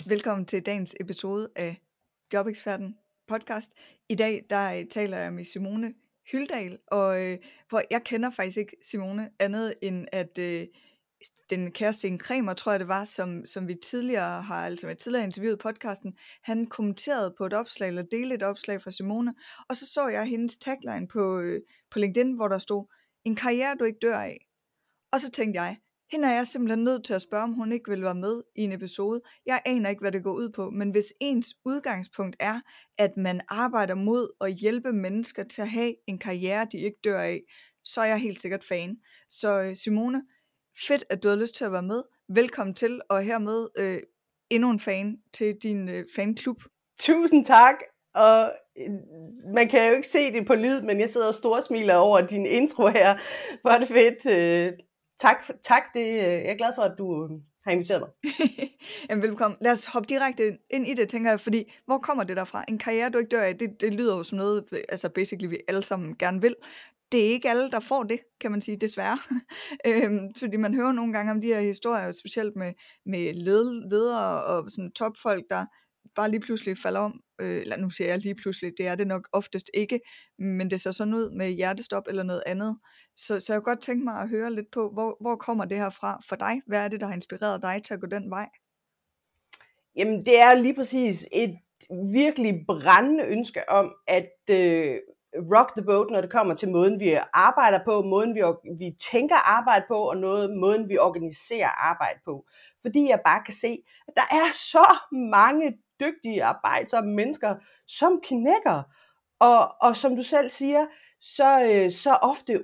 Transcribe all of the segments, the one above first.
Velkommen til dagens episode af Jobeksperten podcast. I dag der taler jeg med Simone Hyldal, og hvor jeg kender faktisk ikke Simone andet end at den kæreste en Kremer, tror jeg det var, som vi tidligere har, altså med tidligere interviewet i podcasten, han kommenterede på et opslag, eller delte et opslag fra Simone, og så jeg hendes tagline på LinkedIn, hvor der stod, en karriere du ikke dør af. Og så tænkte jeg, hende er jeg simpelthen nødt til at spørge, om hun ikke vil være med i en episode. Jeg aner ikke, hvad det går ud på, men hvis ens udgangspunkt er, at man arbejder mod at hjælpe mennesker til at have en karriere, de ikke dør af, så er jeg helt sikkert fan. Så Simone, fedt, at du har lyst til at være med. Velkommen til, og hermed endnu en fan til din fanklub. Tusind tak, og man kan jo ikke se det på lyd, men jeg sidder og storsmiler over din intro her. Hvor er det fedt. Tak. Jeg er glad for, at du har inviteret mig. Jamen, velkommen. Lad os hoppe direkte ind i det, tænker jeg, fordi hvor kommer det derfra? En karriere, du ikke dør af, det lyder jo som noget, altså basically vi alle sammen gerne vil. Det er ikke alle, der får det, kan man sige, desværre. Fordi man hører nogle gange om de her historier, specielt med ledere og sådan topfolk, der bare lige pludselig falder om, eller nu siger jeg lige pludselig, det er det nok oftest ikke, men det ser sådan ud med hjertestop eller noget andet. Så jeg kunne godt tænke mig at høre lidt på, hvor kommer det her fra for dig? Hvad er det, der har inspireret dig til at gå den vej? Jamen, det er lige præcis et virkelig brændende ønske om at rock the boat, når det kommer til måden, vi arbejder på, måden, vi tænker arbejde på, og måden, vi organiserer arbejde på. Fordi jeg bare kan se, at der er så mange dygtige arbejdsomme mennesker, som knækker. Og som du selv siger, så ofte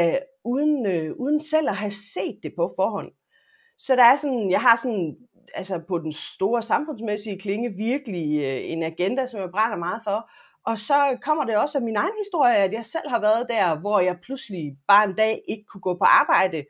uden selv at have set det på forhånd. Så der er sådan, jeg har sådan, altså på den store samfundsmæssige klinge virkelig en agenda, som jeg brænder meget for. Og så kommer det også af min egen historie, at jeg selv har været der, hvor jeg pludselig bare en dag ikke kunne gå på arbejde,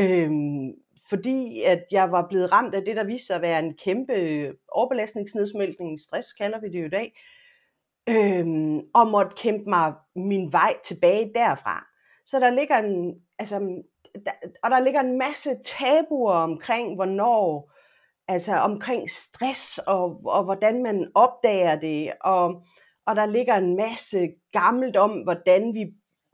fordi at jeg var blevet ramt af det, der viste sig at være en kæmpe overbelastningsnedsmeltning, stress kalder vi det jo i dag, og måtte kæmpe mig min vej tilbage derfra. Så der ligger der ligger en masse tabuer omkring, hvornår, altså omkring stress, og hvordan man opdager det, og der ligger en masse gammelt om, hvordan vi,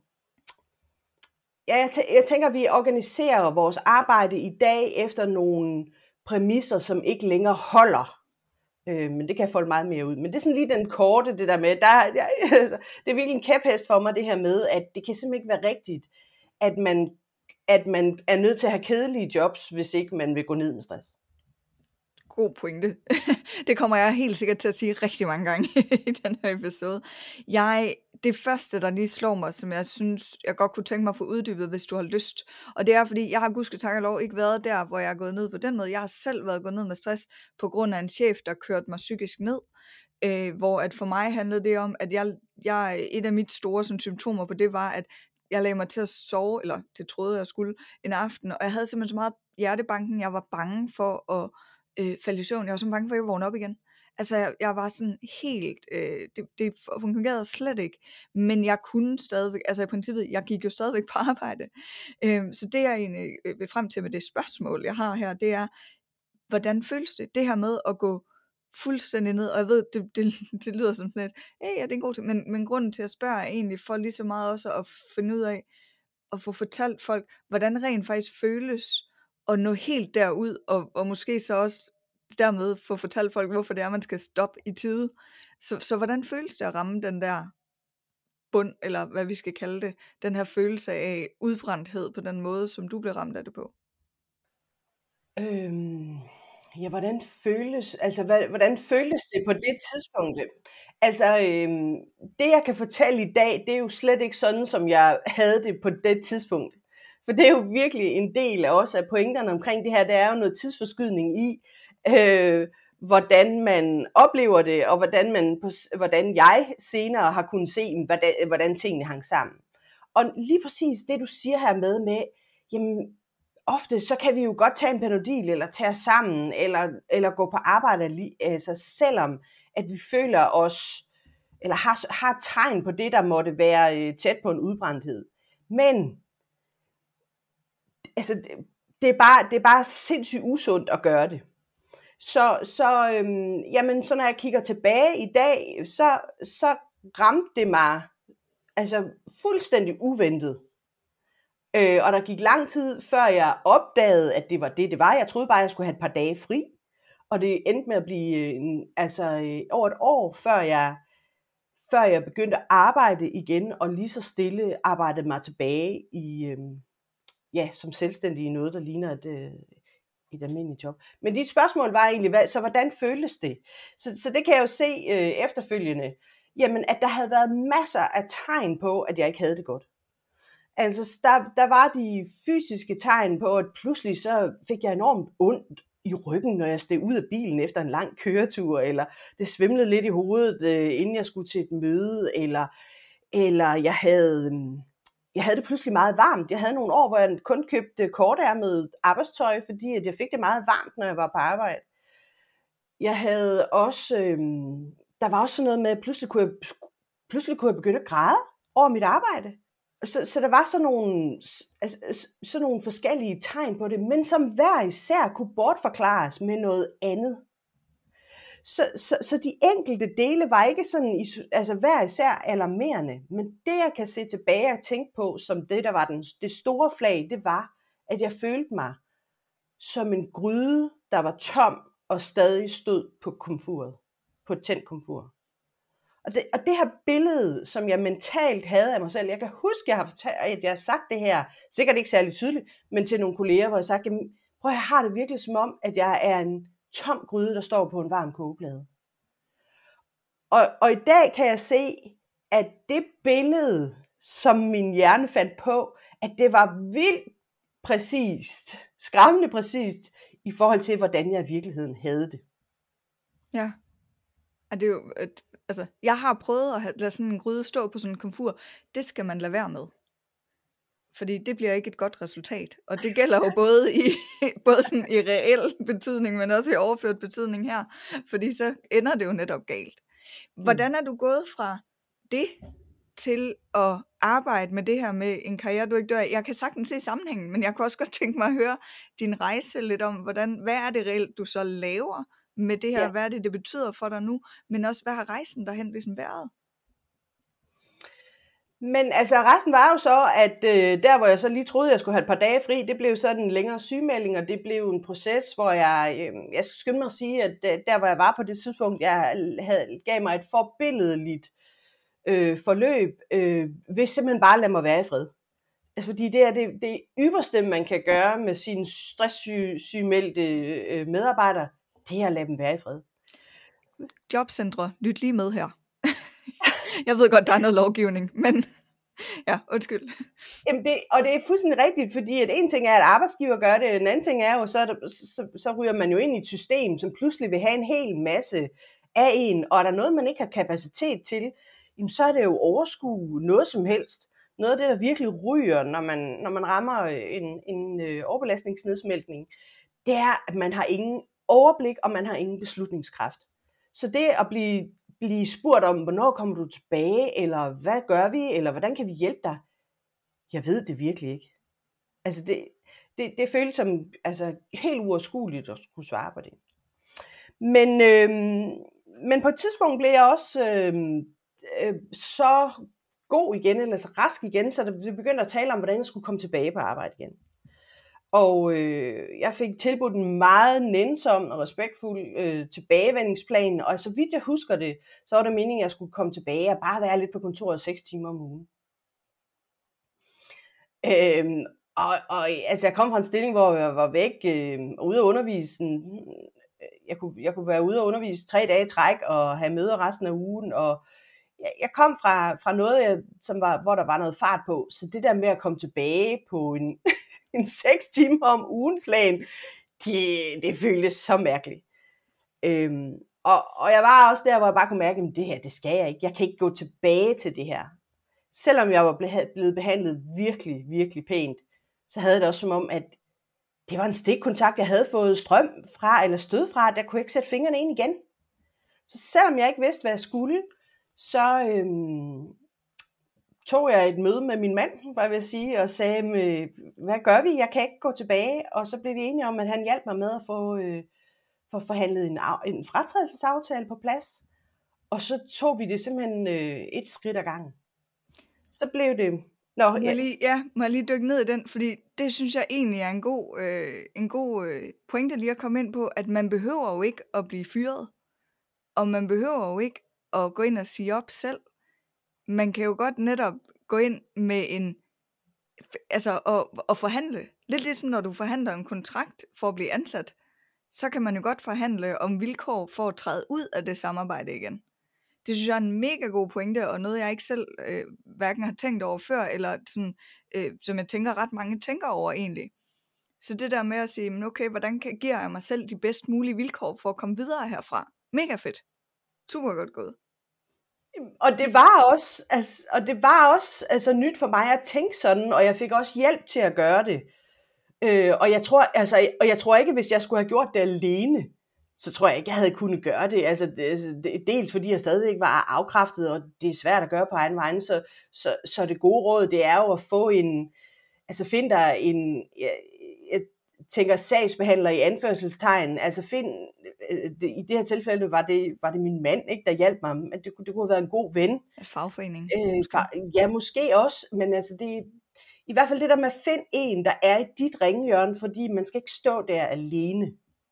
jeg tænker, vi organiserer vores arbejde i dag efter nogle præmisser, som ikke længere holder. Men det kan jeg folde meget mere ud. Men det er sådan lige den korte, det der med, det er virkelig en kæphest for mig, det her med, at det kan simpelthen ikke være rigtigt, at man er nødt til at have kedelige jobs, hvis ikke man vil gå ned med stress. God pointe. Det kommer jeg helt sikkert til at sige rigtig mange gange i den her episode. Det første, der lige slår mig, som jeg synes, jeg godt kunne tænke mig at få uddybet, hvis du har lyst, og det er, fordi jeg har gudskelov og lov ikke været der, hvor jeg er gået ned på den måde. Jeg har selv været gået ned med stress på grund af en chef, der kørte mig psykisk ned, hvor at for mig handlede det om, at et af mit store sådan, symptomer på det var, at jeg lagde mig til at sove, eller det troede jeg skulle, en aften, og jeg havde simpelthen så meget hjertebanken, jeg var bange for at falde i søvn. Jeg var så bange for, at jeg vågne op igen. Altså, jeg var sådan helt, det fungerede slet ikke, men jeg kunne stadigvæk, altså i princippet, jeg gik jo stadigvæk på arbejde. Så det jeg egentlig vil frem til med det spørgsmål, jeg har her, det er, hvordan føles det? Det her med at gå fuldstændig ned, og jeg ved, det lyder som sådan et, ja, det er en god ting, men grunden til at spørge er egentlig for lige så meget også at finde ud af, at få fortalt folk, hvordan rent faktisk føles, og nå helt derud, og måske så også dermed få fortalt folk, hvorfor det er, man skal stoppe i tide. Så hvordan føles det at ramme den der bund, eller hvad vi skal kalde det, den her følelse af udbrændthed på den måde, som du blev ramt af det på? Ja, hvordan føltes det på det tidspunkt? Altså, det jeg kan fortælle i dag, det er jo slet ikke sådan, som jeg havde det på det tidspunkt. For det er jo virkelig en del af også af pointerne omkring det her, der er jo noget tidsforskydning i, hvordan man oplever det, og hvordan jeg senere har kunnet se, hvordan tingene hang sammen. Og lige præcis det, du siger her med, jamen, ofte så kan vi jo godt tage en Panodil, eller tage os sammen, eller gå på arbejde, altså selvom at vi føler os, eller har tegn på det, der måtte være tæt på en udbrændthed. Men altså, det er bare sindssygt usundt at gøre det. Jamen, så når jeg kigger tilbage i dag, så ramte det mig altså fuldstændig uventet. Og der gik lang tid, før jeg opdagede, at det var det var. Jeg troede bare, at jeg skulle have et par dage fri. Og det endte med at blive over et år, før jeg begyndte at arbejde igen, og lige så stille arbejdede mig tilbage som selvstændig i noget, der ligner et almindeligt job. Men dit spørgsmål var egentlig, så hvordan føltes det? Så det kan jeg jo se efterfølgende, jamen at der havde været masser af tegn på, at jeg ikke havde det godt. Altså der var de fysiske tegn på, at pludselig så fik jeg enormt ondt i ryggen, når jeg steg ud af bilen efter en lang køretur, eller det svimlede lidt i hovedet, inden jeg skulle til et møde, eller jeg havde det pludselig meget varmt. Jeg havde nogle år, hvor jeg kun købte kortærmet arbejdstøj, fordi at jeg fik det meget varmt, når jeg var på arbejde. Jeg havde også, der var også sådan noget med, at pludselig kunne jeg begynde at græde over mit arbejde. Så der var sådan nogle forskellige tegn på det, men som hver især kunne bortforklares med noget andet. Så de enkelte dele var ikke sådan, hver især alarmerende, men det jeg kan se tilbage og tænke på, som det der var det store flag, det var, at jeg følte mig som en gryde, der var tom og stadig stod på komfuret, på et tændt komfur. Og det her billede, som jeg mentalt havde af mig selv, jeg kan huske, at jeg har sagt det her, sikkert ikke særlig tydeligt, men til nogle kolleger, hvor jeg har sagt, prøv at jeg har det virkelig som om, at jeg er en tom gryde, der står på en varm kogeplade. Og i dag kan jeg se, at det billede, som min hjerne fandt på, at det var vildt præcist, skræmmende præcist, i forhold til, hvordan jeg i virkeligheden havde det. Ja, og det er jo, jeg har prøvet at lade sådan en gryde stå på sådan en komfur. Det skal man lade være med. Fordi det bliver ikke et godt resultat. Og det gælder jo både sådan i reel betydning, men også i overført betydning her. Fordi så ender det jo netop galt. Hvordan er du gået fra det til at arbejde med det her med en karriere, du ikke dør af? Jeg kan sagtens se sammenhængen, men jeg kunne også godt tænke mig at høre din rejse lidt om, hvad er det reelt, du så laver med det her? Ja. Hvad er det betyder for dig nu? Men også, hvad har rejsen derhen ligesom været? Men altså resten var jo så, at der hvor jeg så lige troede, jeg skulle have et par dage fri, det blev så en længere sygemelding, og det blev en proces, hvor jeg skal skynde mig at sige, at der hvor jeg var på det tidspunkt, gav mig et forbilledeligt forløb, ved simpelthen bare at lade mig være i fred. Altså fordi det er det ypperste, man kan gøre med sine stresssygemeldte medarbejdere, det er at lade dem være i fred. Jobcentre, lyt lige med her. Jeg ved godt, der er noget lovgivning, men ja, undskyld. Jamen det er fuldstændig rigtigt, fordi at en ting er, at arbejdsgiver gør det, en anden ting er jo, så ryger man jo ind i et system, som pludselig vil have en hel masse af en, og er der noget, man ikke har kapacitet til, jamen så er det jo overskue noget som helst. Noget af det, der virkelig ryger, når man rammer en overbelastningsnedsmeltning, det er, at man har ingen overblik, og man har ingen beslutningskraft. Så det at blive spurgt om, hvornår kommer du tilbage, eller hvad gør vi, eller hvordan kan vi hjælpe dig? Jeg ved det virkelig ikke. Altså det føles som helt uoverskueligt at skulle svare på det. Men på et tidspunkt blev jeg også så god igen, eller så rask igen, så vi begyndte at tale om, hvordan jeg skulle komme tilbage på arbejde igen. Og jeg fik tilbudt en meget nænsom og respektfuld tilbagevendingsplan, og så vidt jeg husker det, så var det meningen, at jeg skulle komme tilbage og bare være lidt på kontoret 6 timer om ugen. Jeg kom fra en stilling, hvor jeg var væk ude at undervise. Jeg kunne være ude og undervise 3 dage i træk og have møder resten af ugen, og jeg kom fra noget, hvor der var noget fart på, så det der med at komme tilbage på en 6 timer om ugen plan, det føltes så mærkeligt. Og jeg var også der, hvor jeg bare kunne mærke, at det her, det skal jeg ikke. Jeg kan ikke gå tilbage til det her. Selvom jeg var blevet behandlet virkelig, virkelig pænt, så havde det også som om, at det var en stikkontakt, jeg havde fået strøm fra, eller stød fra, der kunne jeg ikke sætte fingrene ind igen. Så selvom jeg ikke vidste, hvad jeg skulle, så tog jeg et møde med min mand, hvad vil jeg sige, og sagde, hvad gør vi? Jeg kan ikke gå tilbage. Og så blev vi enige om, at han hjalp mig med at for forhandlet en fratrædelsesaftale på plads. Og så tog vi det simpelthen et skridt ad gangen. Så blev det... Må jeg lige dykke ned i den, fordi det synes jeg egentlig er en god pointe lige at komme ind på, at man behøver jo ikke at blive fyret, og man behøver jo ikke at gå ind og sige op selv. Man kan jo godt netop gå ind med og forhandle. Lidt ligesom når du forhandler en kontrakt for at blive ansat, så kan man jo godt forhandle om vilkår for at træde ud af det samarbejde igen. Det synes jeg er en mega god pointe, og noget jeg ikke selv hverken har tænkt over før, eller sådan, som jeg tænker ret mange tænker over egentlig. Så det der med at sige, okay, hvordan giver jeg mig selv de bedst mulige vilkår for at komme videre herfra? Mega fedt. Super godt gået. Og det var også nyt for mig at tænke sådan, og jeg fik også hjælp til at gøre det. Og jeg tror ikke, hvis jeg skulle have gjort det alene, så tror jeg ikke, jeg havde kunnet gøre det. Dels fordi jeg stadigvæk var afkræftet, og det er svært at gøre på egen vegne. Så det gode råd, det er jo at få find dig jeg tænker sagsbehandler i anførselstegn. I det her tilfælde var det min mand, ikke, der hjalp mig. Men det kunne have været en god ven. En fagforening. Ja, måske også. Men det i hvert fald det der med at finde en, der er i dit ringhjørne, fordi man skal ikke stå der alene.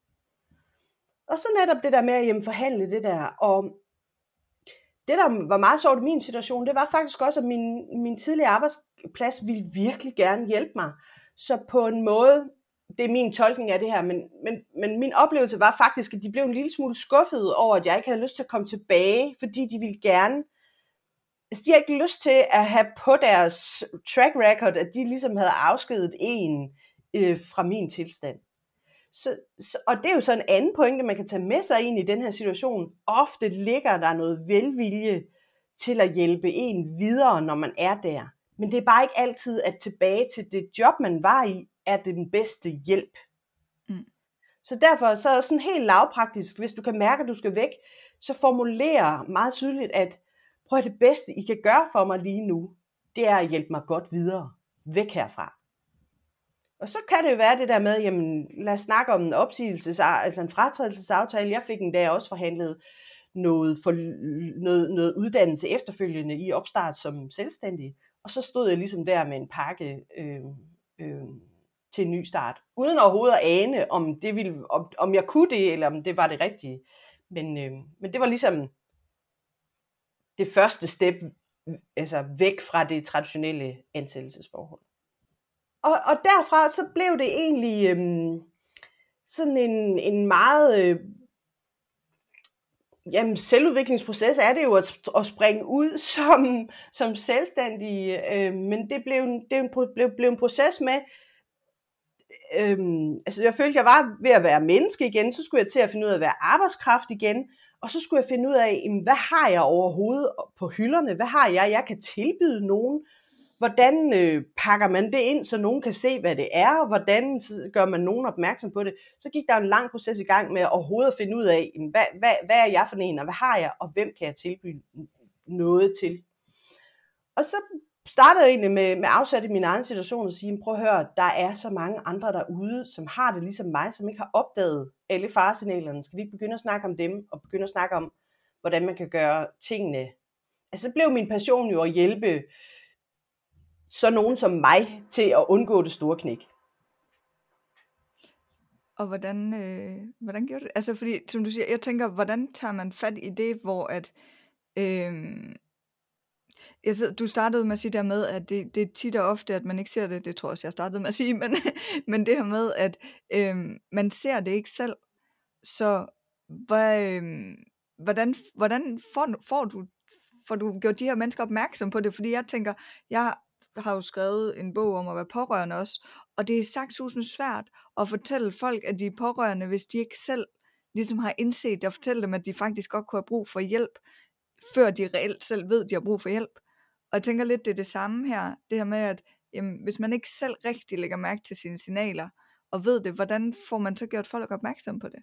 Og så netop det der med at forhandle det der. Og det, der var meget sjovt i min situation, det var faktisk også, at min tidligere arbejdsplads ville virkelig gerne hjælpe mig. Så på en måde, det er min tolkning af det her, men min oplevelse var faktisk, at de blev en lille smule skuffet over, at jeg ikke havde lyst til at komme tilbage, fordi de ville gerne. Altså, de har ikke lyst til at have på deres track record, at de ligesom havde afskediget en fra min tilstand. Og det er jo så en anden pointe, man kan tage med sig ind i den her situation. Ofte ligger der noget velvilje til at hjælpe en videre, når man er der. Men det er bare ikke altid, at tilbage til det job, man var i, er det den bedste hjælp. Mm. Så derfor så er det sådan helt lavpraktisk, hvis du kan mærke, at du skal væk, så formulerer meget tydeligt, at prøv at det bedste, I kan gøre for mig lige nu, det er at hjælpe mig godt videre, væk herfra. Og så kan det jo være det der med, jamen lad os snakke om en en fratrædelsesaftale. Jeg fik en dag også forhandlet noget uddannelse efterfølgende i opstart som selvstændig. Og så stod jeg ligesom der med en pakke til en ny start, uden overhovedet at ane, om jeg kunne det, eller om det var det rigtige. Men det var ligesom det første step, altså væk fra det traditionelle ansættelsesforhold. Og derfra så blev det egentlig sådan en meget selvudviklingsproces er det jo at springe ud som selvstændig, men det blev en proces med, jeg følte, jeg var ved at være menneske igen, så skulle jeg til at finde ud af at være arbejdskraft igen, og så skulle jeg finde ud af, hvad har jeg overhovedet på hylderne, hvad har jeg kan tilbyde nogen. Hvordan pakker man det ind, så nogen kan se, hvad det er, og hvordan gør man nogen opmærksom på det? Så gik der en lang proces i gang med overhovedet at finde ud af, hvad er jeg for en, og hvad har jeg, og hvem kan jeg tilbyde noget til? Og så startede jeg egentlig med afsat i min egen situation og sige, prøv at høre, der er så mange andre derude, som har det ligesom mig, som ikke har opdaget alle faresignalerne. Skal vi ikke begynde at snakke om dem, og begynde at snakke om, hvordan man kan gøre tingene? Altså, så blev min passion jo at hjælpe så nogen som mig til at undgå det store knæk. Og hvordan gjorde det? Altså fordi, som du siger, jeg tænker, hvordan tager man fat i det, hvor at du startede med at sige der med, at det er tit og ofte, at man ikke ser det. Det tror jeg også, jeg startede med at sige, men det her med, at man ser det ikke selv. Så hvordan får du gjort de her mennesker opmærksom på det? Fordi jeg tænker, jeg har jo skrevet en bog om at være pårørende også, og det er sagssusende svært at fortælle folk, at de er pårørende, hvis de ikke selv ligesom har indset det, og fortælle dem, at de faktisk godt kunne have brug for hjælp, før de reelt selv ved, at de har brug for hjælp. Og jeg tænker lidt, det er det samme her, det her med, at hvis man ikke selv rigtig lægger mærke til sine signaler, og ved det, hvordan får man så gjort folk opmærksom på det?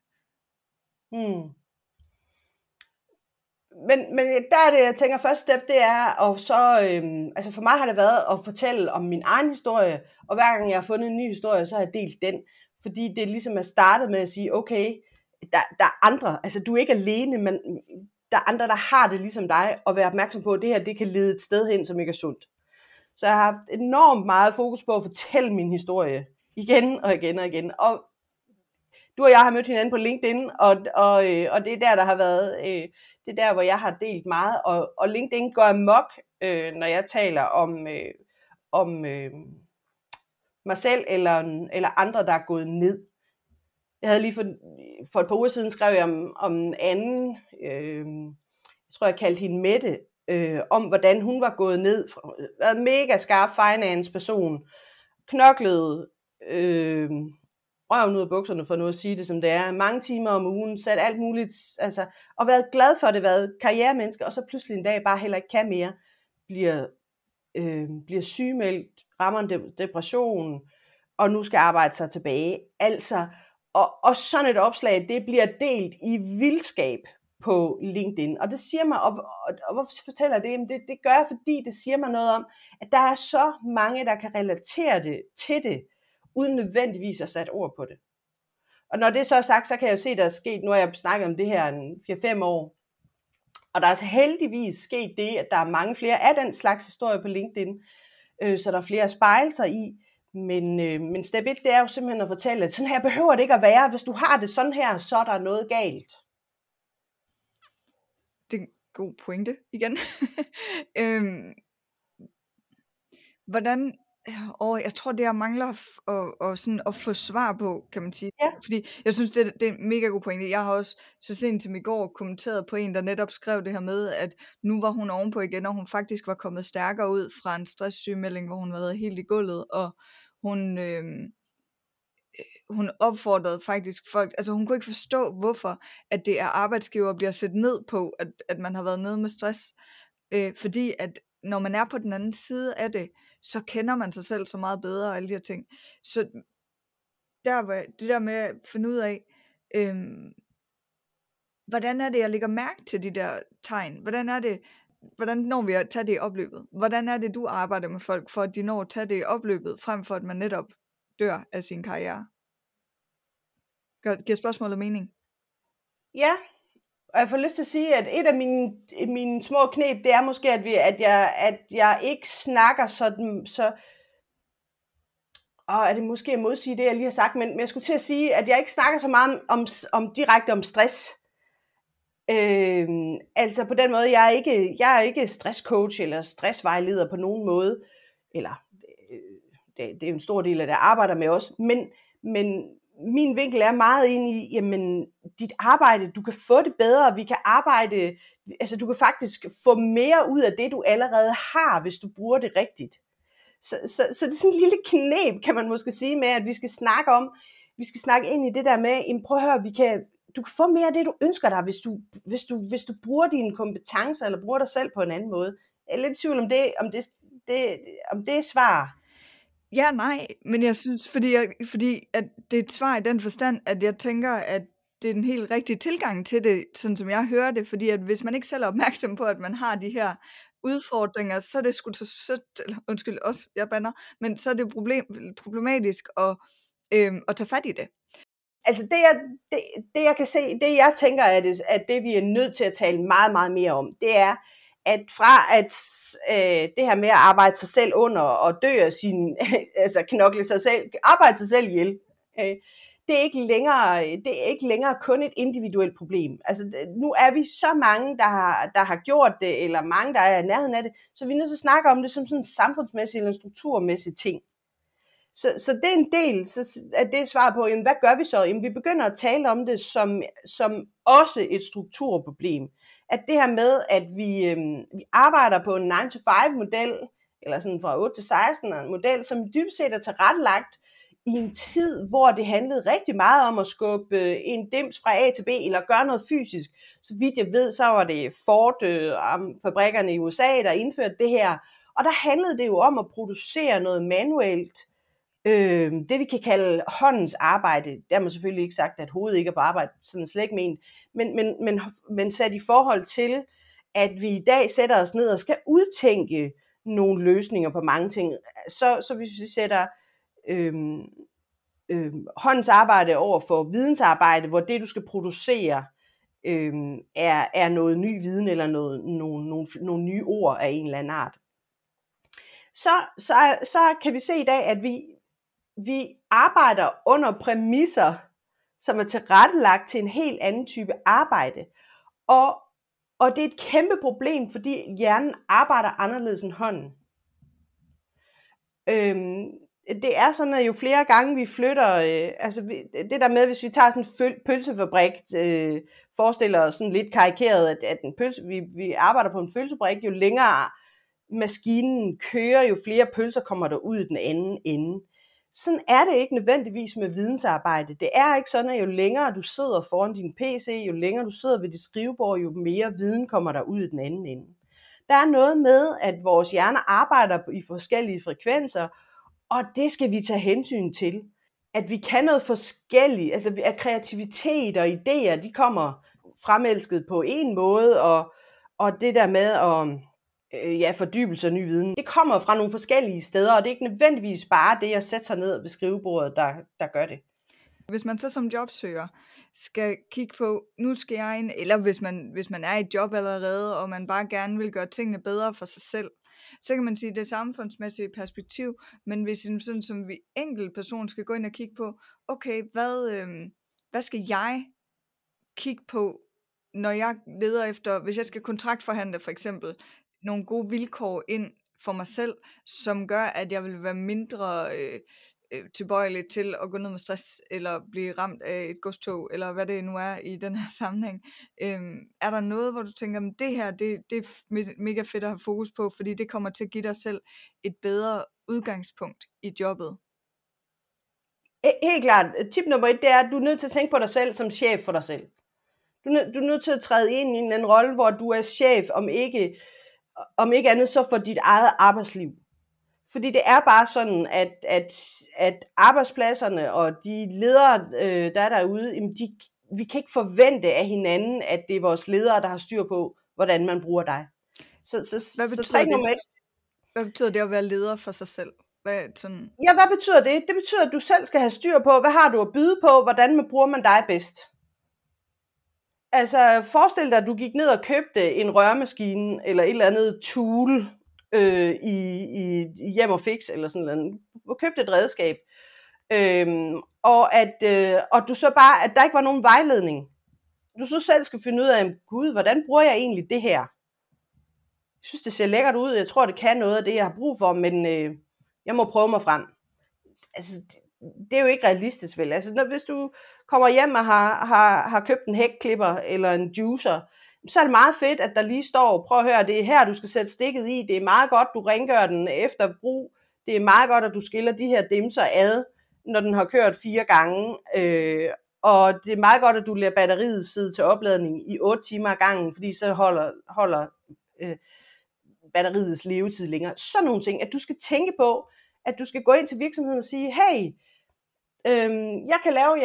Men der er det, jeg tænker, første step, det er, og så, for mig har det været at fortælle om min egen historie, og hver gang jeg har fundet en ny historie, så har jeg delt den, fordi det ligesom er startet med at sige, okay, der er andre, altså du er ikke alene, men der er andre, der har det ligesom dig, og være opmærksom på, at det her, det kan lede et sted hen, som ikke er sundt. Så jeg har haft enormt meget fokus på at fortælle min historie igen og igen og igen. Og du og jeg har mødt hinanden på LinkedIn, og det er der har været, det er der, hvor jeg har delt meget. Og LinkedIn går amok, når jeg taler om mig selv eller andre, der er gået ned. Jeg havde lige for et par uger siden skrev jeg om en anden, jeg tror jeg kaldte hende Mette, om hvordan hun var gået ned, var en mega skarp finance person, knoklede røven ud af bukserne for nu at sige det som det er, mange timer om ugen, sat alt muligt, altså, og været glad for det, været karrieremenneske, og så pludselig en dag bare heller ikke kan mere, bliver sygemeldt, rammer en depression, og nu skal arbejde sig tilbage. Altså, og sådan et opslag, det bliver delt i vildskab på LinkedIn. Og det siger mig, og hvorfor fortæller jeg det? Jamen det gør jeg, fordi det siger mig noget om, at der er så mange, der kan relatere det til det, uden nødvendigvis at sætte ord på det. Og når det så er sagt, så kan jeg jo se, at der er sket, nu har jeg snakket om det her en 4-5 år, og der er altså heldigvis sket det, at der er mange flere af den slags historier på LinkedIn, så der er flere at spejle sig i. Men step 1, det er jo simpelthen at fortælle, at sådan her behøver det ikke at være. Hvis du har det sådan her, så er der noget galt. Det er en god pointe igen. Hvordan, jeg tror det jeg mangler at få svar på, kan man sige. Ja. Fordi jeg synes det er en mega god pointe. Jeg har også så sent som i går kommenteret på en, der netop skrev det her med, at nu var hun ovenpå igen, og hun faktisk var kommet stærkere ud fra en stresssygemelding, hvor hun var været helt i gulvet, og hun opfordrede faktisk folk, altså hun kunne ikke forstå, hvorfor at det er arbejdsgiver bliver set ned på, at man har været nede med stress, fordi at når man er på den anden side af det, så kender man sig selv så meget bedre og alle de her ting. Så det der med at finde ud af, hvordan er det, jeg lægger mærke til de der tegn? Hvordan når vi at tage det i opløbet? Hvordan er det, du arbejder med folk, for at de når at tage det i opløbet, frem for at man netop dør af sin karriere? Giver spørgsmålet mening? Ja, og jeg får lyst til at sige, at et af mine små knep, det er måske, at jeg ikke snakker sådan, så er det måske at modsige det, jeg lige har sagt, men jeg skulle til at sige, at jeg ikke snakker så meget direkte om stress. Altså på den måde, jeg er ikke stresscoach eller stressvejleder på nogen måde, eller det er jo en stor del af det, jeg arbejder med også, men min vinkel er meget ind i, jamen dit arbejde, du kan få det bedre, vi kan arbejde, altså du kan faktisk få mere ud af det, du allerede har, hvis du bruger det rigtigt. Så det er sådan en lille knep, kan man måske sige, med, at vi skal snakke ind i det der med, jamen prøv at høre, du kan få mere af det, du ønsker dig, hvis du bruger dine kompetencer, eller bruger dig selv på en anden måde. Jeg er lidt i tvivl om det er svar. Ja, nej, men jeg synes, fordi at det er et svar i den forstand, at jeg tænker, at det er den helt rigtige tilgang til det, sådan som jeg hører det, fordi at hvis man ikke selv er opmærksom på, at man har de her udfordringer, så er det undskyld også, jeg bander, men så er det problematisk at tage fat i det. Altså det jeg kan se, det jeg tænker, at det vi er nødt til at tale meget, meget mere om, det er, at fra at det her med at arbejde sig selv under og dø af altså knokle sig selv, arbejde sig selv ihjel, det er ikke længere kun et individuelt problem. Altså nu er vi så mange, der har gjort det, eller mange, der er i nærheden af det, så vi er nødt til at snakke om det som sådan en samfundsmæssig eller en strukturmæssig ting. Så det er en del af det svar på, jamen, hvad gør vi så? Jamen, vi begynder at tale om det som også et strukturproblem. At det her med, at vi arbejder på en 9-to-5-model, eller sådan fra 8 til 16 model, som dybest set er tilrettelagt i en tid, hvor det handlede rigtig meget om at skubbe en dims fra A til B, eller gøre noget fysisk. Så vidt jeg ved, så var det Ford-fabrikkerne i USA, der indførte det her. Og der handlede det jo om at producere noget manuelt, det vi kan kalde håndens arbejde. Det har man selvfølgelig ikke sagt, at hovedet ikke er på arbejde, sådan slet ikke ment, men sat i forhold til, at vi i dag sætter os ned og skal udtænke nogle løsninger på mange ting. Så hvis vi sætter håndens arbejde over for vidensarbejde, hvor det du skal producere er noget ny viden eller nogle nye ord af en eller anden art. Så kan vi se i dag, at vi arbejder under præmisser, som er tilrettelagt til en helt anden type arbejde. Og det er et kæmpe problem, fordi hjernen arbejder anderledes end hånden. Det er sådan, at jo flere gange vi flytter, det der med, hvis vi tager sådan en pølsefabrik, forestiller os sådan lidt karikeret, at vi arbejder på en pølsefabrik, jo længere maskinen kører, jo flere pølser kommer der ud i den anden ende. Sådan er det ikke nødvendigvis med vidensarbejde. Det er ikke sådan, at jo længere du sidder foran din PC, jo længere du sidder ved dit skrivebord, jo mere viden kommer der ud i den anden ende. Der er noget med, at vores hjerner arbejder i forskellige frekvenser, og det skal vi tage hensyn til. At vi kan noget forskelligt, altså at kreativitet og idéer, de kommer fremelsket på en måde, og det der med at fordybelse og ny viden, det kommer fra nogle forskellige steder, og det er ikke nødvendigvis bare det at sætte sig ned ved skrivebordet, der gør det. Hvis man så som jobsøger skal kigge på, nu skal jeg ind, eller hvis man er i et job allerede, og man bare gerne vil gøre tingene bedre for sig selv, så kan man sige, det samfundsmæssige perspektiv, men hvis sådan som vi enkelte person skal gå ind og kigge på, okay, hvad skal jeg kigge på, når jeg leder efter, hvis jeg skal kontraktforhandle for eksempel, nogle gode vilkår ind for mig selv, som gør, at jeg vil være mindre tilbøjelig til at gå ned med stress, eller blive ramt af et godstog, eller hvad det nu er i den her sammenhæng. Er der noget, hvor du tænker, at det her, det er mega fedt at have fokus på, fordi det kommer til at give dig selv et bedre udgangspunkt i jobbet? Helt klart. Tip nummer 1, det er, at du er nødt til at tænke på dig selv som chef for dig selv. Du er nødt til at træde ind i en anden rolle, hvor du er chef, om ikke andet så for dit eget arbejdsliv. Fordi det er bare sådan, at arbejdspladserne og de ledere, der er derude, vi kan ikke forvente af hinanden, at det er vores ledere, der har styr på, hvordan man bruger dig. Hvad betyder det at være leder for sig selv? Hvad betyder det? Det betyder, at du selv skal have styr på, hvad har du at byde på, hvordan bruger man dig bedst. Altså forestil dig, at du gik ned og købte en rørmaskine, eller et eller andet tool, i Hjem og Fix eller sådan noget. Du købte et redskab, og du så bare, at der ikke var nogen vejledning. Du så selv skal finde ud af, gud, hvordan bruger jeg egentlig det her? Jeg synes, det ser lækkert ud. Jeg tror, det kan noget af det, jeg har brug for, men jeg må prøve mig frem. Altså, det er jo ikke realistisk, vel? Altså, hvis du kommer hjem og har købt en hækklipper eller en juicer, så er det meget fedt, at der lige står, prøv at høre, det er her, du skal sætte stikket i, det er meget godt, du rengør den efter brug, det er meget godt, at du skiller de her dimser ad, når den har kørt 4 gange, og det er meget godt, at du lader batteriet sidde til opladning i 8 timer ad gangen, fordi så holder batteriets levetid længere. Sådan nogle ting, at du skal tænke på, at du skal gå ind til virksomheden og sige, hey, jeg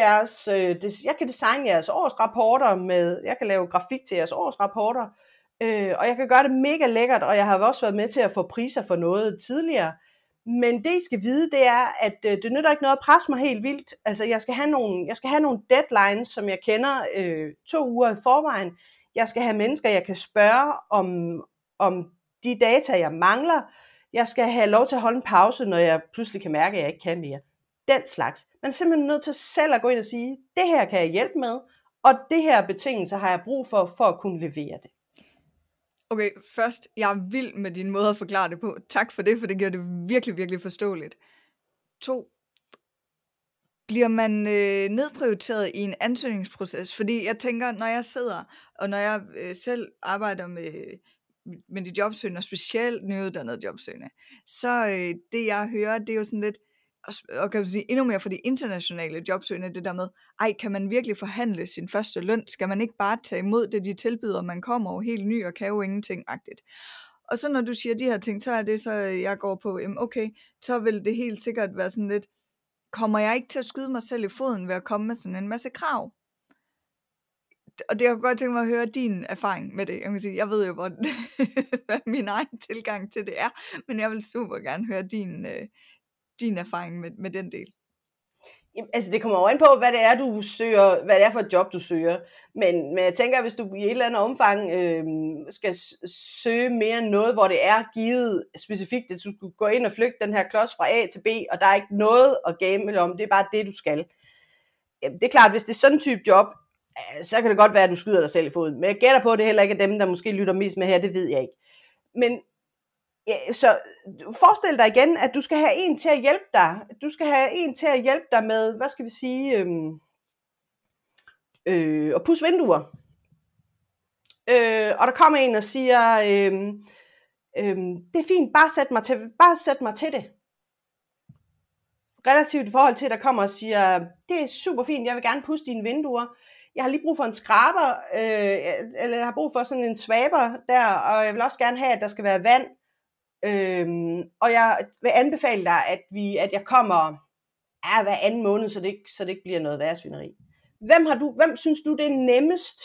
kan designe jeres årsrapporter jeg kan lave grafik til jeres årsrapporter, og jeg kan gøre det mega lækkert, og jeg har også været med til at få priser for noget tidligere. Men det I skal vide, det er, at det nytter ikke noget at presse mig helt vildt. Altså jeg skal have nogle deadlines, som jeg kender 2 uger i forvejen. Jeg skal have mennesker, jeg kan spørge om de data, jeg mangler. Jeg skal have lov til at holde en pause, når jeg pludselig kan mærke, at jeg ikke kan mere. Den slags. Man er simpelthen nødt til selv at gå ind og sige, det her kan jeg hjælpe med, og det her betingelser har jeg brug for at kunne levere det. Okay, først, jeg er vild med din måde at forklare det på. Tak for det, for det gør det virkelig, virkelig forståeligt. 2. Bliver man nedprioriteret i en ansøgningsproces? Fordi jeg tænker, når jeg sidder, og når jeg selv arbejder med de jobsøgende, og specielt nyuddannede jobsøgende, så det jeg hører, det er jo sådan lidt, og kan man sige endnu mere for de internationale jobsøgende, det der med, kan man virkelig forhandle sin første løn? Skal man ikke bare tage imod det, de tilbyder? Man kommer jo helt ny og kan jo ingenting-agtigt. Og så når du siger de her ting, så er det så, jeg går på, okay, så vil det helt sikkert være sådan lidt, kommer jeg ikke til at skyde mig selv i foden ved at komme med sådan en masse krav? Og det jeg kunne godt tænke mig at høre din erfaring med det. Jeg kan sige, jeg ved jo, hvad min egen tilgang til det er, men jeg vil super gerne høre din erfaring med den del. Altså det kommer jo an på, hvad det er, du søger, hvad det er for et job, du søger. Men jeg tænker, at hvis du i et eller andet omfang skal søge mere end noget, hvor det er givet specifikt, at du skal gå ind og flygte den her klods fra A til B, og der er ikke noget at gamble om, det er bare det, du skal. Jamen, det er klart, hvis det er sådan en type job, så kan det godt være, at du skyder dig selv i foden. Men jeg gætter på, at det heller ikke er dem, der måske lytter mest med her, det ved jeg ikke. Men ja, så forestil dig igen, at du skal have en til at hjælpe dig. Du skal have en til at hjælpe dig med, hvad skal vi sige, at pudse vinduer. Og der kommer en og siger, det er fint, bare sæt mig til det. Relativt i forhold til, der kommer og siger, det er super fint, jeg vil gerne pudse dine vinduer. Jeg har lige brug for en skraber, eller jeg har brug for sådan en svaber der, og jeg vil også gerne have, at der skal være vand. Og jeg vil anbefale dig, at jeg kommer hver anden måned, så det ikke bliver noget værresvineri. Hvem synes du, det er nemmest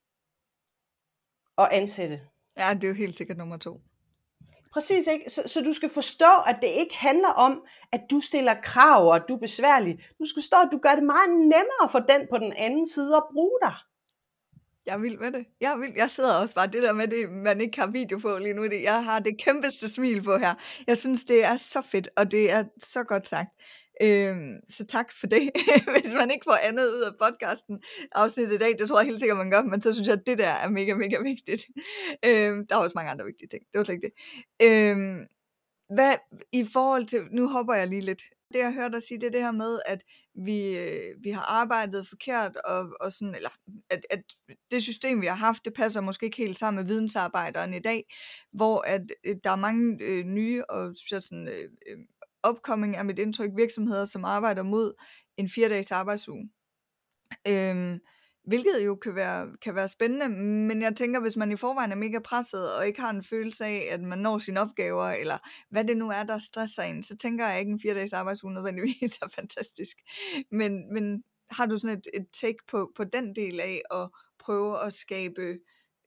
at ansætte? Ja, det er jo helt sikkert nummer 2. Præcis, ikke? Så du skal forstå, at det ikke handler om, at du stiller krav, og at du er besværlig. Du skal forstå, at du gør det meget nemmere for den på den anden side at bruge dig. Jeg er vild med det. Jeg sidder også bare, det der med det, man ikke har video på lige nu, jeg har det kæmpeste smil på her. Jeg synes, det er så fedt, og det er så godt sagt. Så tak for det. Hvis man ikke får andet ud af podcasten afsnit i dag, det tror jeg helt sikkert, man gør, men så synes jeg, at det der er mega, mega vigtigt. Der er også mange andre vigtige ting. Det var slet ikke det. Hvad i forhold til, nu hopper jeg lige lidt, det jeg hørte dig sige, det er det her med, at vi har arbejdet forkert, og sådan, eller at det system, vi har haft, det passer måske ikke helt sammen med vidensarbejderen i dag, hvor at der er mange nye og sådan, upcoming er mit indtryk, virksomheder, som arbejder mod en 4-dages arbejdsuge. Hvilket jo kan være spændende, men jeg tænker, hvis man i forvejen er mega presset, og ikke har en følelse af, at man når sine opgaver, eller hvad det nu er, der stresser en, så tænker jeg ikke, en 4-dages arbejdsuge nødvendigvis er fantastisk. Men har du sådan et take på den del af, at prøve at skabe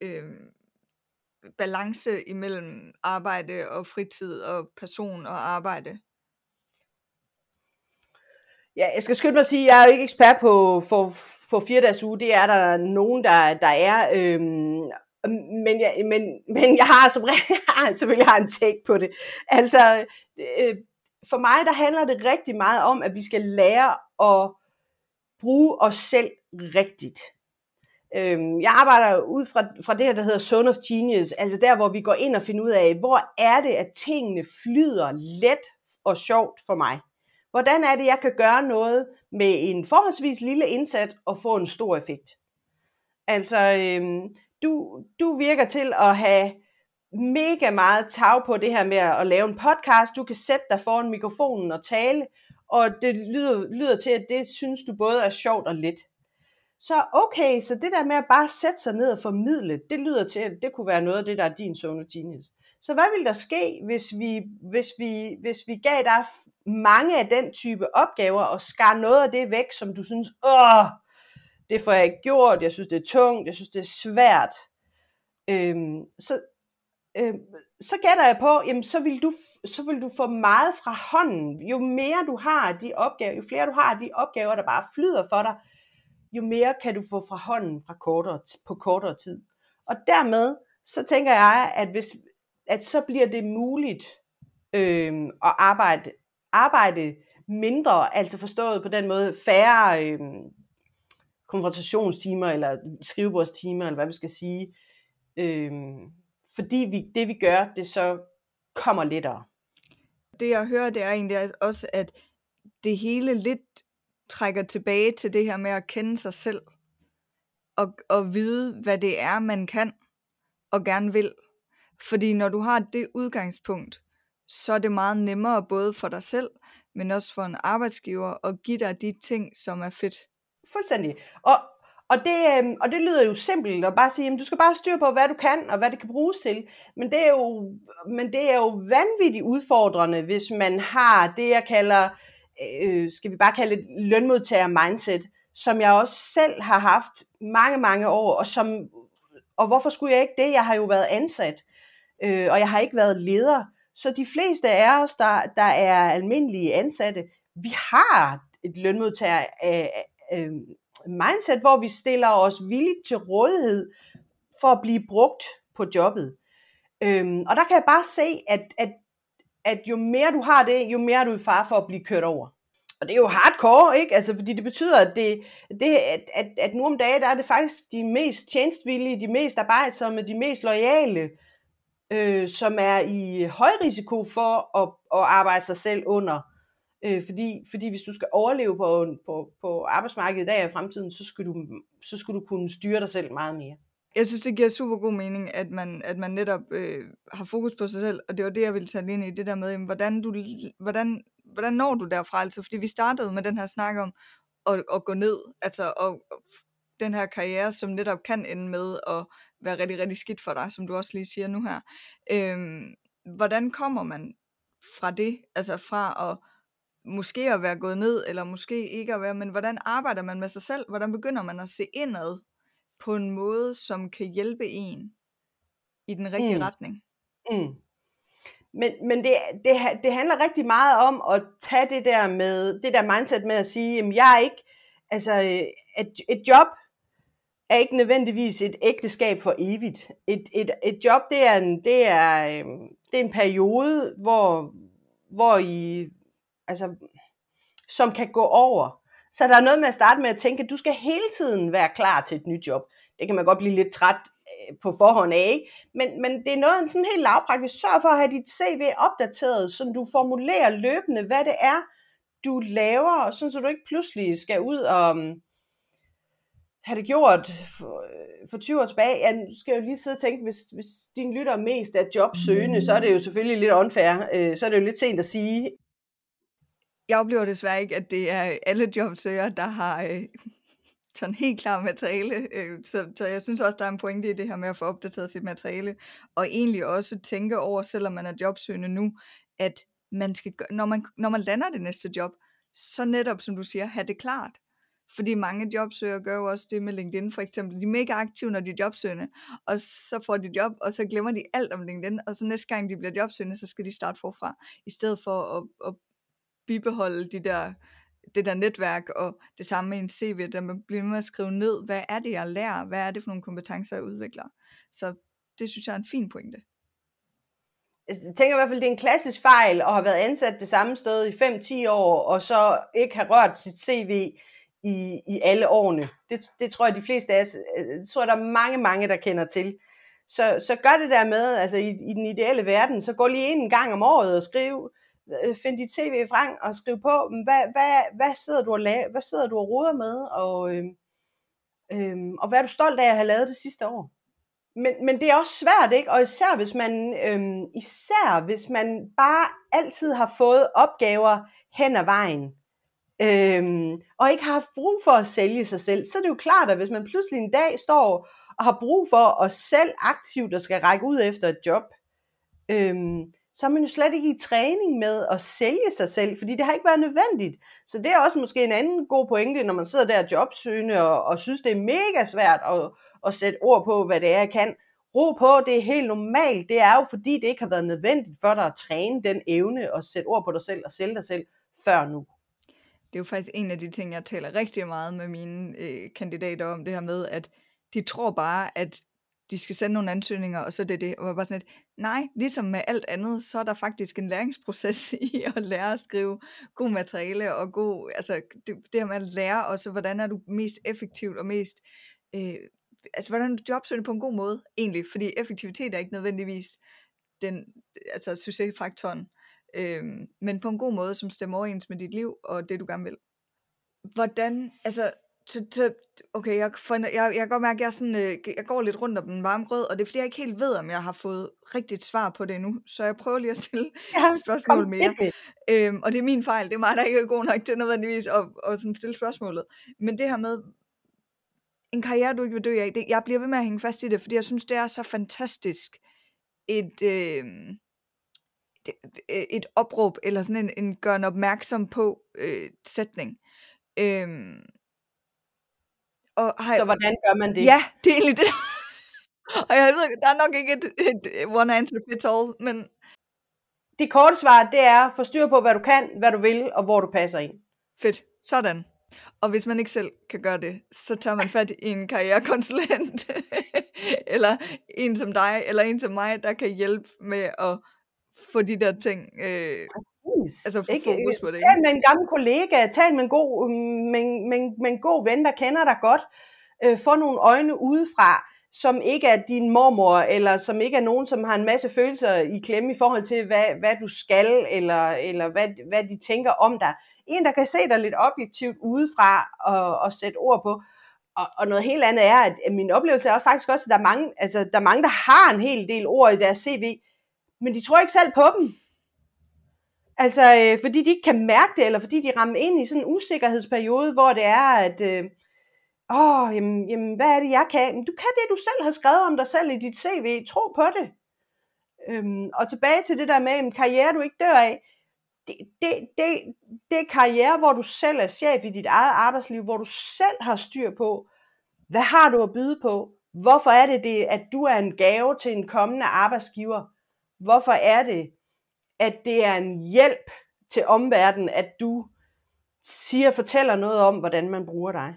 balance imellem arbejde og fritid, og person og arbejde? Ja, jeg skal skynde mig at sige, at jeg er jo ikke ekspert på 4-dages uge. Det er der nogen, der er. Men jeg har selvfølgelig en take på det. Altså, for mig der handler det rigtig meget om, at vi skal lære at bruge os selv rigtigt. Jeg arbejder ud fra det her, der hedder Zone of Genius, altså der, hvor vi går ind og finder ud af, hvor er det, at tingene flyder let og sjovt for mig. Hvordan er det, jeg kan gøre noget med en forholdsvis lille indsats og få en stor effekt? Altså, du virker til at have mega meget tag på det her med at lave en podcast. Du kan sætte dig foran mikrofonen og tale, og det lyder til, at det synes du både er sjovt og let. Så okay, så det der med at bare sætte sig ned og formidle, det lyder til, at det kunne være noget af det, der er din zone of genius. Så hvad ville der ske, hvis vi gav dig mange af den type opgaver, og skar noget af det væk, som du synes, det får jeg ikke gjort, jeg synes det er tungt, jeg synes det er svært. Så gætter jeg på, jamen så vil du få meget fra hånden. Jo mere du har de opgaver, jo flere du har de opgaver, der bare flyder for dig, jo mere kan du få fra hånden på kortere tid. Og dermed, så tænker jeg, at så bliver det muligt at arbejde mindre, altså forstået på den måde færre konfrontationstimer, eller skrivebordstimer, eller hvad vi skal sige. Fordi det vi gør, det så kommer lettere. Det jeg hører, det er egentlig også, at det hele lidt trækker tilbage til det her med at kende sig selv, og vide, hvad det er, man kan, og gerne vil. Fordi når du har det udgangspunkt, så er det meget nemmere både for dig selv, men også for en arbejdsgiver, at give dig de ting, som er fedt. Fuldstændig. Og det lyder jo simpelt at bare sige, at du skal bare styre på, hvad du kan, og hvad det kan bruges til. Men det er jo vanvittigt udfordrende, hvis man har det, jeg kalder, skal vi bare kalde et lønmodtager-mindset, som jeg også selv har haft mange, mange år, og hvorfor skulle jeg ikke det? Jeg har jo været ansat, og jeg har ikke været leder. Så de fleste af os, der er almindelige ansatte, vi har et lønmodtager mindset, hvor vi stiller os villigt til rådighed for at blive brugt på jobbet. Og der kan jeg bare se, at jo mere du har det, jo mere er du i fare for at blive kørt over. Og det er jo hardcore, ikke? Altså, fordi det betyder, at nu om dagen, der er det faktisk de mest tjenestvillige, de mest arbejdsomme, de mest loyale, som er i høj risiko for at arbejde sig selv under. Fordi hvis du skal overleve på arbejdsmarkedet i dag og i fremtiden, så skal du kunne styre dig selv meget mere. Jeg synes, det giver super god mening, at man netop har fokus på sig selv, og det var det, jeg ville tage ind i, det der med, hvordan når du derfra, altså, fordi vi startede med den her snak om at gå ned, altså, og den her karriere, som netop kan ende med at være rigtig, rigtig skidt for dig, som du også lige siger nu her. Hvordan kommer man fra det, altså fra at måske at være gået ned, eller måske ikke at være, men hvordan arbejder man med sig selv? Hvordan begynder man at se indad på en måde, som kan hjælpe en i den rigtige retning? Men det handler rigtig meget om at tage det der mindset med at sige, jamen jeg er ikke, altså et job er ikke nødvendigvis et ægteskab for evigt. Et job, det er en periode, hvor I, altså, som kan gå over. Så der er noget med at starte med at tænke, at du skal hele tiden være klar til et nyt job. Det kan man godt blive lidt træt på forhånd af, ikke? Men det er noget sådan helt lavpraktisk. Sørg for at have dit CV opdateret, så du formulerer løbende, hvad det er, du laver, sådan så du ikke pludselig skal ud og have det gjort for 20 år tilbage. Ja, nu skal jeg jo lige sidde og tænke, hvis din lytter mest er jobsøgende, så er det jo selvfølgelig lidt unfair. Så er det jo lidt sent at sige. Jeg oplever desværre ikke, at det er alle jobsøgere, der har sådan helt klar materiale. Så jeg synes også, der er en pointe i det her med at få opdateret sit materiale, og egentlig også tænke over, selvom man er jobsøgende nu, at man skal, når man lander det næste job, så netop, som du siger, have det klart. Fordi mange jobsøgere gør jo også det med LinkedIn, for eksempel. De er mega aktive, når de er jobsøgende, og så får de job, og så glemmer de alt om LinkedIn, og så næste gang de bliver jobsøgende, så skal de starte forfra, i stedet for at bibeholde det der netværk, og det samme med en CV, der man bliver med at skrive ned, hvad er det, jeg lærer, hvad er det for nogle kompetencer, jeg udvikler. Så det synes jeg er en fin pointe. Jeg tænker i hvert fald, det er en klassisk fejl at have været ansat det samme sted i 5-10 år, og så ikke have rørt sit CV i alle årene. Det tror jeg, de fleste af os, det tror jeg, der er mange, der kender til. Så gør det der med, altså i den ideelle verden, så gå lige ind en gang om året og skriv, find dit CV frem og skriv på, hvad sidder du og roder med, og hvad er du stolt af at have lavet det sidste år. Men det er også svært, ikke? Og især hvis man bare altid har fået opgaver hen ad vejen, og ikke har haft brug for at sælge sig selv, så er det jo klart, at hvis man pludselig en dag står og har brug for at selv aktivt og skal række ud efter et job, så er man jo slet ikke i træning med at sælge sig selv, fordi det har ikke været nødvendigt. Så det er også måske en anden god pointe, når man sidder der jobsøgende og synes, det er mega svært at sætte ord på, hvad det er, jeg kan. Ro på, det er helt normalt. Det er jo fordi, det ikke har været nødvendigt for dig at træne den evne og sætte ord på dig selv og sælge dig selv før nu. Det er jo faktisk en af de ting, jeg taler rigtig meget med mine kandidater om, det her med, at de tror bare, at de skal sende nogle ansøgninger, og så det. Og jeg bare sådan lidt, nej, ligesom med alt andet, så er der faktisk en læringsproces i at lære at skrive god materiale, og altså det her med at lære også, hvordan er du mest effektivt, og mest, altså hvordan er du jobsøgende på en god måde, egentlig, fordi effektivitet er ikke nødvendigvis succesfaktoren, men på en god måde, som stemmer overens med dit liv, og det du gerne vil. Hvordan, altså, okay, jeg kan godt mærke, at jeg går lidt rundt om den varme grød, og det er fordi, jeg ikke helt ved, om jeg har fået rigtigt svar på det endnu, så jeg prøver lige at stille spørgsmål mere. Og det er min fejl, det er mig, der ikke er god nok til nødvendigvis at sådan stille spørgsmålet. Men det her med en karriere, du ikke vil dø af, jeg bliver ved med at hænge fast i det, fordi jeg synes, det er så fantastisk et opråb, eller sådan en gør en opmærksom på sætning. Så hvordan gør man det? Ja, det er egentlig det. Og jeg ved, der er nok ikke et one answer fits all, men det korte svar, det er, få styr på, hvad du kan, hvad du vil, og hvor du passer ind. Fedt. Sådan. Og hvis man ikke selv kan gøre det, så tager man fat i en karrierekonsulent, eller en som dig, eller en som mig, der kan hjælpe med at få de der ting, Præcis. altså få Ikke? fokus på det. Tal med en gammel kollega, tal med en god ven, der kender dig godt. Få nogle øjne udefra, som ikke er din mormor, eller som ikke er nogen, som har en masse følelser i klemme i forhold til, hvad du skal, eller hvad de tænker om dig. En, der kan se dig lidt objektivt udefra og sætte ord på. Og noget helt andet er, at min oplevelse er faktisk også, at der er mange, der har en hel del ord i deres CV, men de tror ikke selv på dem. Altså, fordi de ikke kan mærke det, eller fordi de rammer ind i sådan en usikkerhedsperiode, hvor det er, at jamen, hvad er det, jeg kan? Men du kan det, du selv har skrevet om dig selv i dit CV. Tro på det. Og tilbage til det der med en karriere, du ikke dør af. Det er karriere, hvor du selv er chef i dit eget arbejdsliv, hvor du selv har styr på, hvad har du at byde på? Hvorfor er det, at du er en gave til en kommende arbejdsgiver? Hvorfor er det, at det er en hjælp til omverdenen, at du fortæller noget om, hvordan man bruger dig?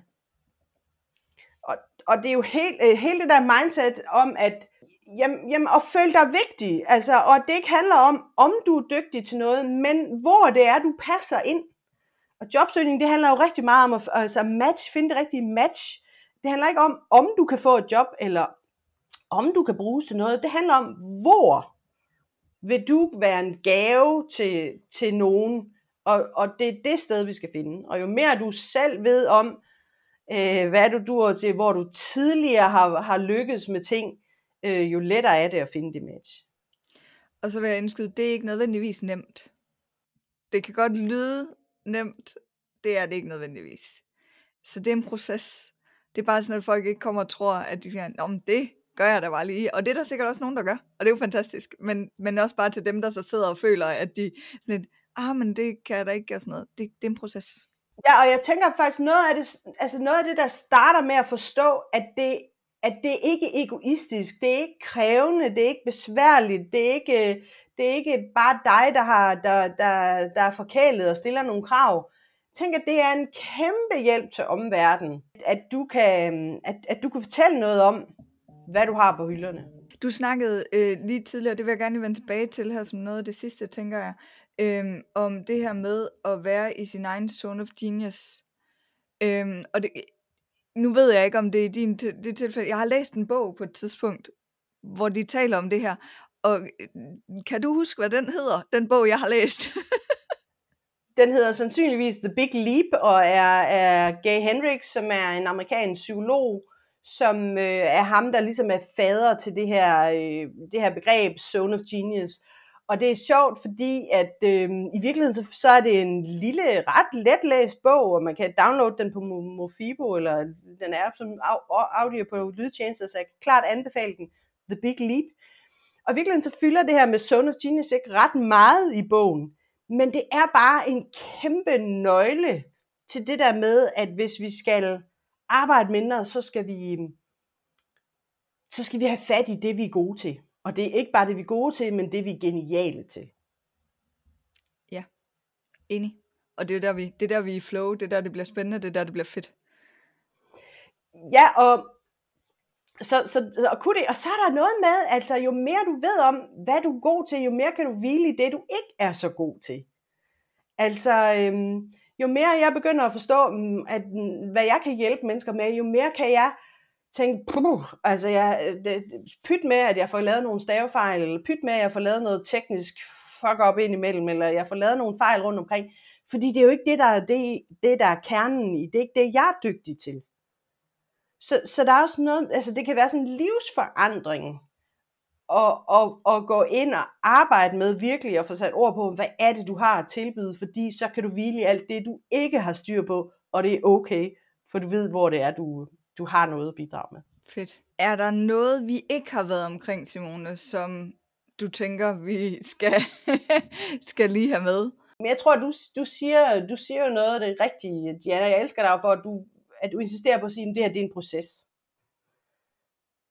Og det er jo hele det der mindset om, at jamen, at føle dig vigtig, altså, og det ikke handler om du er dygtig til noget, men hvor det er, du passer ind. Og jobsøgning, det handler jo rigtig meget om at finde det rigtige match. Det handler ikke om du kan få et job, eller om du kan bruges til noget. Det handler om, hvor vil du være en gave til nogen, og det er det sted, vi skal finde. Og jo mere du selv ved om, hvad du duer til, hvor du tidligere har lykkes med ting, jo lettere er det at finde det match. Og så vil jeg indskyde, det er ikke nødvendigvis nemt. Det kan godt lyde nemt, det er det ikke nødvendigvis. Så det er en proces. Det er bare sådan, at folk ikke kommer og tror, at de siger, om det gør jeg da bare lige. Og det er der sikkert også nogen, der gør. Og det er jo fantastisk. Men også bare til dem, der så sidder og føler, at de sådan et, men det kan jeg da ikke gøre sådan noget. Det er en proces. Ja, og jeg tænker faktisk, noget af det, der starter med at forstå, at det ikke er egoistisk, det er ikke krævende, det er ikke besværligt, det er ikke bare dig, der er forkælet og stiller nogle krav. Jeg tænker, at det er en kæmpe hjælp til omverdenen, at du kan fortælle noget om, hvad du har på hylderne. Du snakkede lige tidligere, det vil jeg gerne vende tilbage til her som noget af det sidste, tænker jeg, om det her med at være i sin egen zone of genius. Og nu ved jeg ikke, om det er i det tilfælde. Jeg har læst en bog på et tidspunkt, hvor de taler om det her. Og kan du huske, hvad den hedder, den bog, jeg har læst? Den hedder sandsynligvis The Big Leap, og er Gay Hendricks, som er en amerikansk psykolog, som er ham, der ligesom er fader til det her begreb Zone of Genius. Og det er sjovt, fordi at i virkeligheden så er det en lille, ret letlæst bog, og man kan downloade den på Mofibo, eller den er som audio på lydtjenester, så jeg kan klart anbefale den, The Big Leap. Og i virkeligheden så fylder det her med Zone of Genius ikke ret meget i bogen, men det er bare en kæmpe nøgle til det der med, at hvis vi skal arbejde mindre, så skal vi have fat i det, vi er gode til. Og det er ikke bare det, vi er gode til, men det, vi er geniale til. Ja, enig. Og det er der, vi er i flow, det er der, det bliver spændende, det er der, det bliver fedt. Ja, og så er der noget med, altså jo mere du ved om, hvad du er god til, jo mere kan du hvile i det, du ikke er så god til. Altså, jo mere jeg begynder at forstå, hvad jeg kan hjælpe mennesker med, jo mere kan jeg tænke, pyt med, at jeg får lavet nogle stavefejl, eller pyt med, at jeg får lavet noget teknisk fuck-up indimellem, eller jeg får lavet nogle fejl rundt omkring. Fordi det er jo ikke det, der er kernen i. Det er ikke det, jeg er dygtig til. Så der er også noget, altså det kan være sådan en livsforandring, og gå ind og arbejde med virkelig at få sat ord på, hvad er det, du har at tilbyde, fordi så kan du hvile i alt det, du ikke har styr på, og det er okay, for du ved, hvor det er, du har noget at bidrage med. Fedt. Er der noget, vi ikke har været omkring, Simone, som du tænker, vi skal lige have med? Men jeg tror, du siger jo noget af det rigtige, Diana. Jeg elsker dig for, at du insisterer på at sige, at det her det er en proces.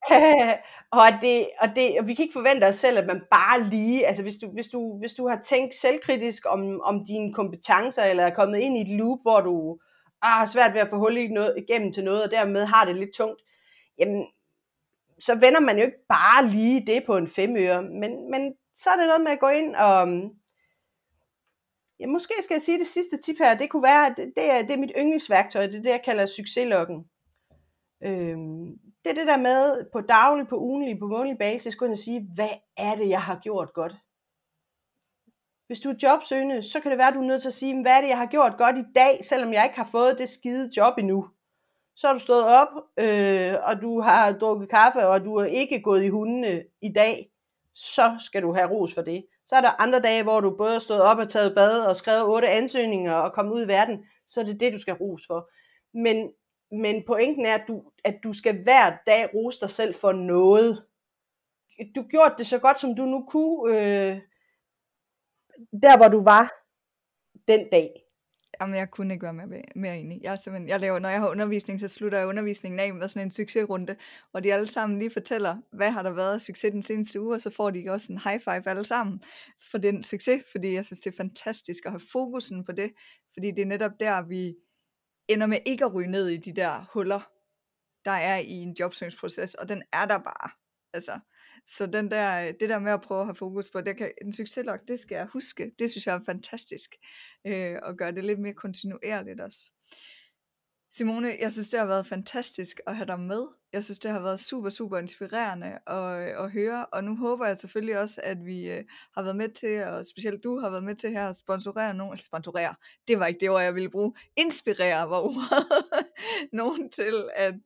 Og vi kan ikke forvente os selv, at man bare lige, altså hvis du har tænkt selvkritisk om dine kompetencer, eller er kommet ind i et loop, hvor du har svært ved at få hul igennem til noget, og dermed har det lidt tungt, jamen, så vender man jo ikke bare lige det på en 5 øre, men så er det noget med at gå ind og, ja, måske skal jeg sige det sidste tip her, det kunne være, at det er mit yndlingsværktøj, det er det, jeg kalder succesloggen. Det er det der med på daglig, på ugenlig, på månedlig basis, gå ind og sige, hvad er det, jeg har gjort godt? Hvis du er jobsøgende, så kan det være, at du er nødt til at sige, hvad er det, jeg har gjort godt i dag, selvom jeg ikke har fået det skide job endnu. Så har du stået op, og du har drukket kaffe, og du er ikke gået i hundene i dag, så skal du have ros for det. Så er der andre dage, hvor du både har stået op og taget bad, og skrevet 8 ansøgninger og kommet ud i verden, så er det det, du skal have ros for. Men pointen er, at du skal hver dag rose dig selv for noget. Du gjorde det så godt, som du nu kunne, der hvor du var den dag. Jamen, jeg kunne ikke være mere enig. Når jeg har undervisning, så slutter jeg undervisningen af med sådan en succesrunde, hvor de alle sammen lige fortæller, hvad har der været af succes den seneste uge, og så får de også en high five alle sammen for den succes, fordi jeg synes, det er fantastisk at have fokusen på det, fordi det er netop der, vi ender med ikke at ryge ned i de der huller, der er i en jobsøgningsproces, og den er der bare. Altså, så det der med at prøve at have fokus på, en succeslog, det skal jeg huske. Det synes jeg er fantastisk, og gøre det lidt mere kontinuerligt også. Simone, jeg synes, det har været fantastisk at have dig med. Jeg synes, det har været super, super inspirerende at høre, og nu håber jeg selvfølgelig også, at vi har været med til, og specielt du har været med til her at sponsorere, det var ikke det ord, jeg ville bruge, inspirere var ordet, nogen til at,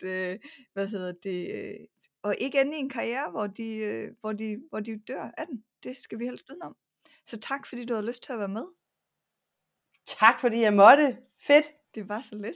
og ikke ende i en karriere, hvor de dør af den. Det skal vi helst vide om. Så tak, fordi du havde lyst til at være med. Tak, fordi jeg måtte. Fedt. Det var så lidt.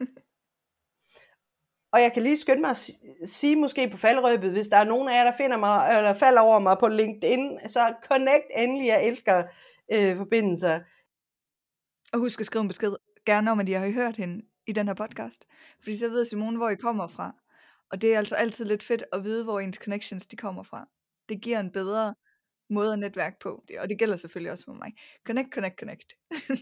Og jeg kan lige skynde mig at sige måske på faldrøbet, hvis der er nogen af jer, der finder mig, eller falder over mig på LinkedIn, så connect endelig, jeg elsker forbindelser. Og husk at skrive en besked, gerne om, at I har hørt hende i den her podcast. Fordi så ved Simone, hvor I kommer fra. Og det er altså altid lidt fedt at vide, hvor ens connections de kommer fra. Det giver en bedre måde at netværke på. Og det gælder selvfølgelig også for mig. Connect.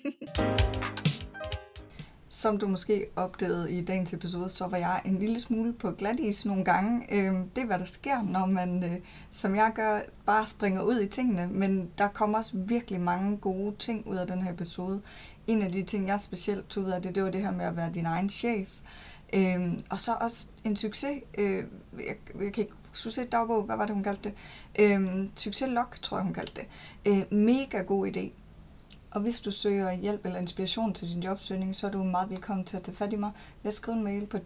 Som du måske opdagede i dagens episode, så var jeg en lille smule på glatis nogle gange. Det er, hvad der sker, når man, som jeg gør, bare springer ud i tingene. Men der kommer også virkelig mange gode ting ud af den her episode. En af de ting, jeg specielt tog ud af det var det her med at være din egen chef. Og så også en succes. Jeg kan ikke succesdagbog, hvad var det, hun kaldte det? Succeslog, tror jeg, hun kaldte det. Mega god idé. Og hvis du søger hjælp eller inspiration til din jobsøgning, så er du meget velkommen til at tage fat i mig ved at skrive en mail på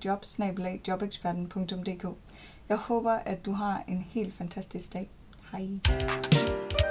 jobs@jobeksperten.dk. Jeg håber, at du har en helt fantastisk dag. Hej.